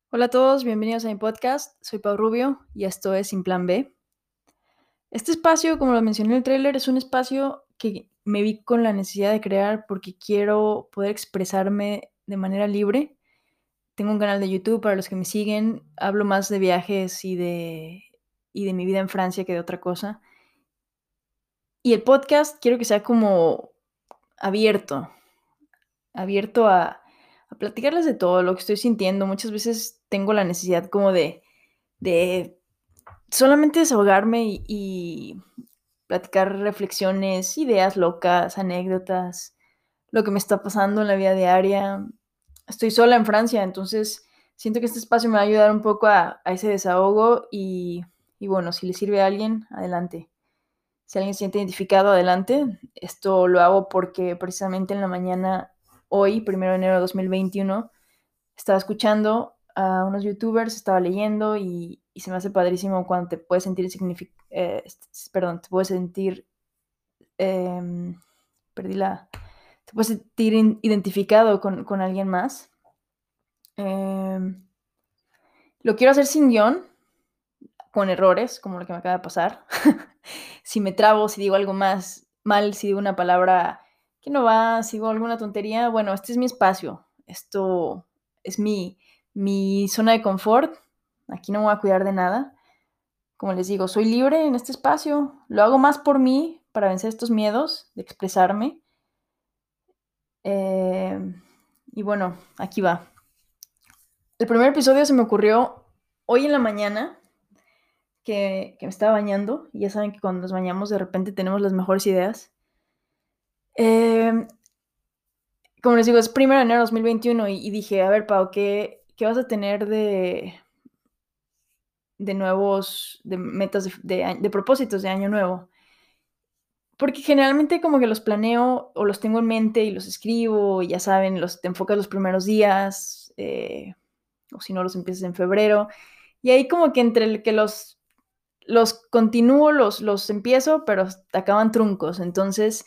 Hola a todos, bienvenidos a mi podcast. Soy Pau Rubio y esto es Sin Plan B. Este espacio, como lo mencioné en el tráiler, es un espacio que me vi con la necesidad de crear porque quiero poder expresarme de manera libre. Tengo un canal de YouTube para los que me siguen. Hablo más de viajes y de mi vida en Francia que de otra cosa. Y el podcast quiero que sea como abierto, abierto a platicarles de todo lo que estoy sintiendo. Muchas veces tengo la necesidad como de solamente desahogarme y platicar reflexiones, ideas locas, anécdotas, lo que me está pasando en la vida diaria. Estoy sola en Francia, entonces siento que este espacio me va a ayudar un poco a ese desahogo y bueno, si le sirve a alguien, adelante. Si alguien se siente identificado, adelante. Esto lo hago porque precisamente en la mañana, hoy, 1 de enero de 2021, estaba escuchando a unos youtubers, estaba leyendo y se me hace padrísimo cuando te puedes sentir te puedes sentir, em, perdí la, te puedes sentir identificado con alguien más. Em, lo quiero hacer sin guión, con errores, como lo que me acaba de pasar. Si me trabo, si digo algo más mal, si digo una palabra que no va, si digo alguna tontería, bueno, este es mi espacio. Esto es mi zona de confort. Aquí no me voy a cuidar de nada. Como les digo, soy libre en este espacio. Lo hago más por mí, para vencer estos miedos de expresarme. Y bueno, aquí va. El primer episodio se me ocurrió hoy en la mañana que me estaba bañando. Y ya saben que cuando nos bañamos de repente tenemos las mejores ideas. Eh, Como les digo, es 1 de enero de 2021 y dije, a ver, Pau, ¿qué vas a tener de nuevos, de metas, de propósitos de año nuevo? Porque generalmente como que los planeo o los tengo en mente y los escribo, y ya saben, te enfocas los primeros días, o si no, los empiezas en febrero. Y ahí como que entre el que los continúo, los empiezo, pero acaban truncos. Entonces,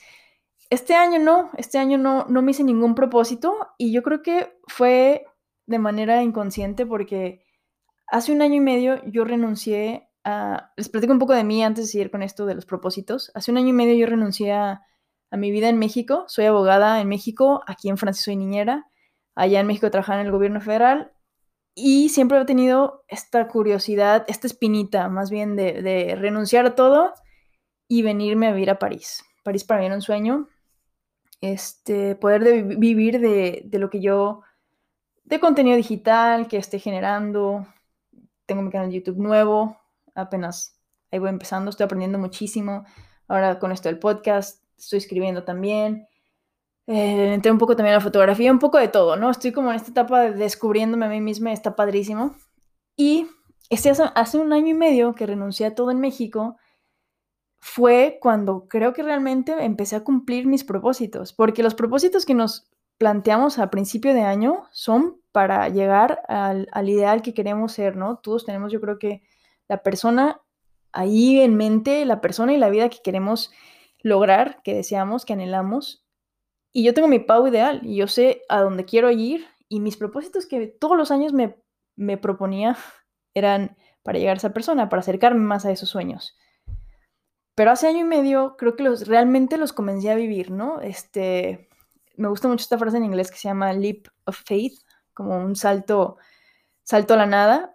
este año no me hice ningún propósito y yo creo que fue de manera inconsciente porque hace 1 año y medio yo renuncié les platico un poco de mí antes de seguir con esto de los propósitos. Hace 1 año y medio yo renuncié a mi vida en México. Soy abogada en México, aquí en Francia soy niñera, allá en México trabajaba en el gobierno federal y siempre he tenido esta curiosidad, esta espinita más bien de renunciar a todo y venirme a vivir a París. París para mí era un sueño, poder vivir de lo que yo, de contenido digital que esté generando. Tengo mi canal de YouTube nuevo, apenas ahí voy empezando, estoy aprendiendo muchísimo. Ahora con esto del podcast, estoy escribiendo también. Entré un poco también a la fotografía, un poco de todo, ¿no? Estoy como en esta etapa de descubriéndome a mí misma, está padrísimo. Y hace 1 año y medio que renuncié a todo en México, fue cuando creo que realmente empecé a cumplir mis propósitos, porque los propósitos que nos planteamos a principio de año son para llegar al ideal que queremos ser, ¿no? Todos tenemos, yo creo que la persona ahí en mente, la persona y la vida que queremos lograr, que deseamos, que anhelamos. Y yo tengo mi Pau ideal y yo sé a dónde quiero ir y mis propósitos que todos los años me proponía eran para llegar a esa persona, para acercarme más a esos sueños. Pero hace año y medio creo que realmente los comencé a vivir, ¿no? Me gusta mucho esta frase en inglés que se llama leap of faith, como un salto a la nada,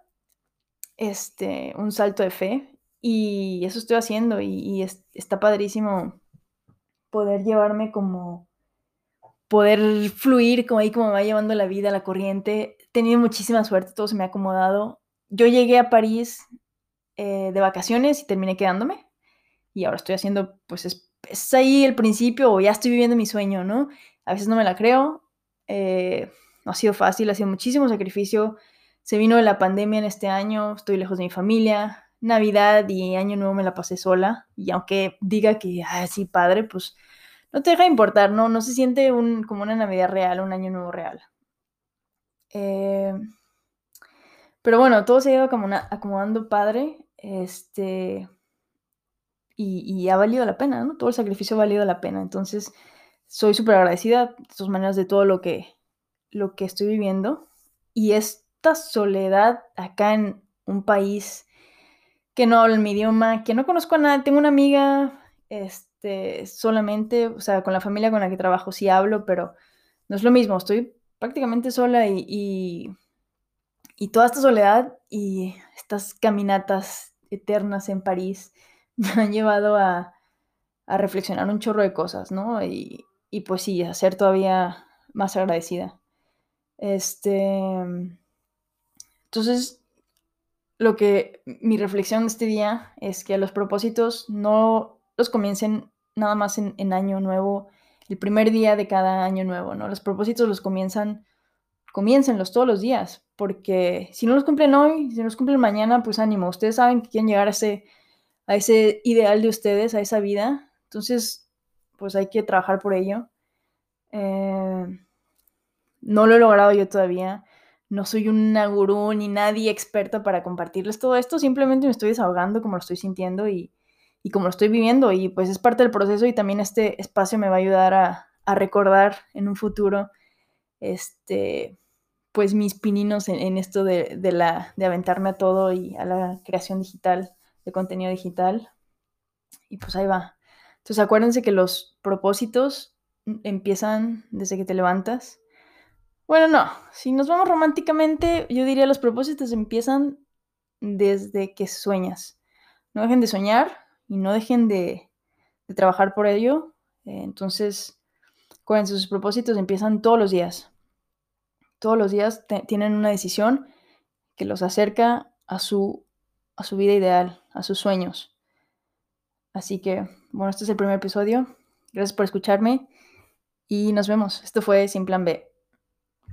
un salto de fe. Y eso estoy haciendo y está padrísimo poder llevarme como, poder fluir como ahí como me va llevando la vida, la corriente. He tenido muchísima suerte, todo se me ha acomodado. Yo llegué a París de vacaciones y terminé quedándome. Y ahora estoy haciendo, pues es ahí el principio o ya estoy viviendo mi sueño, ¿no? A veces no me la creo, no ha sido fácil, ha sido muchísimo sacrificio. Se vino la pandemia en este año, estoy lejos de mi familia, Navidad y Año Nuevo me la pasé sola y aunque diga que, sí, padre, pues no te deja de importar, ¿no? No se siente como una Navidad real, un Año Nuevo real. Eh, pero bueno, todo se ha ido como acomodando padre, y ha valido la pena, ¿no? Todo el sacrificio ha valido la pena. Entonces, soy súper agradecida de todas maneras de todo lo que estoy viviendo. Y es tanta soledad acá en un país que no habla mi idioma, que no conozco a nadie. Tengo una amiga, solamente, o sea, con la familia con la que trabajo sí hablo, pero no es lo mismo. Estoy prácticamente sola y toda esta soledad y estas caminatas eternas en París me han llevado a reflexionar un chorro de cosas, ¿no? Y pues sí, a ser todavía más agradecida. Entonces, mi reflexión de este día es que los propósitos no los comiencen nada más en año nuevo, el primer día de cada año nuevo, ¿no? Los propósitos comiéncenlos todos los días, porque si no los cumplen hoy, si no los cumplen mañana, pues ánimo. Ustedes saben que quieren llegar a ese ideal de ustedes, a esa vida. Entonces, pues hay que trabajar por ello. Eh, no lo he logrado yo todavía. No soy una gurú ni nadie experta para compartirles todo esto. Simplemente me estoy desahogando como lo estoy sintiendo y como lo estoy viviendo. Y pues es parte del proceso y también este espacio me va a ayudar a recordar en un futuro pues mis pininos en esto de aventarme a todo y a la creación digital, de contenido digital. Y pues ahí va. Entonces acuérdense que los propósitos empiezan desde que te levantas. Bueno, no, si nos vamos románticamente, yo diría los propósitos empiezan desde que sueñas. No dejen de soñar y no dejen de trabajar por ello. Entonces, acuérdense, sus propósitos empiezan todos los días. Todos los días tienen una decisión que los acerca a su vida ideal, a sus sueños. Así que, bueno, este es el primer episodio. Gracias por escucharme y nos vemos. Esto fue Sin Plan B.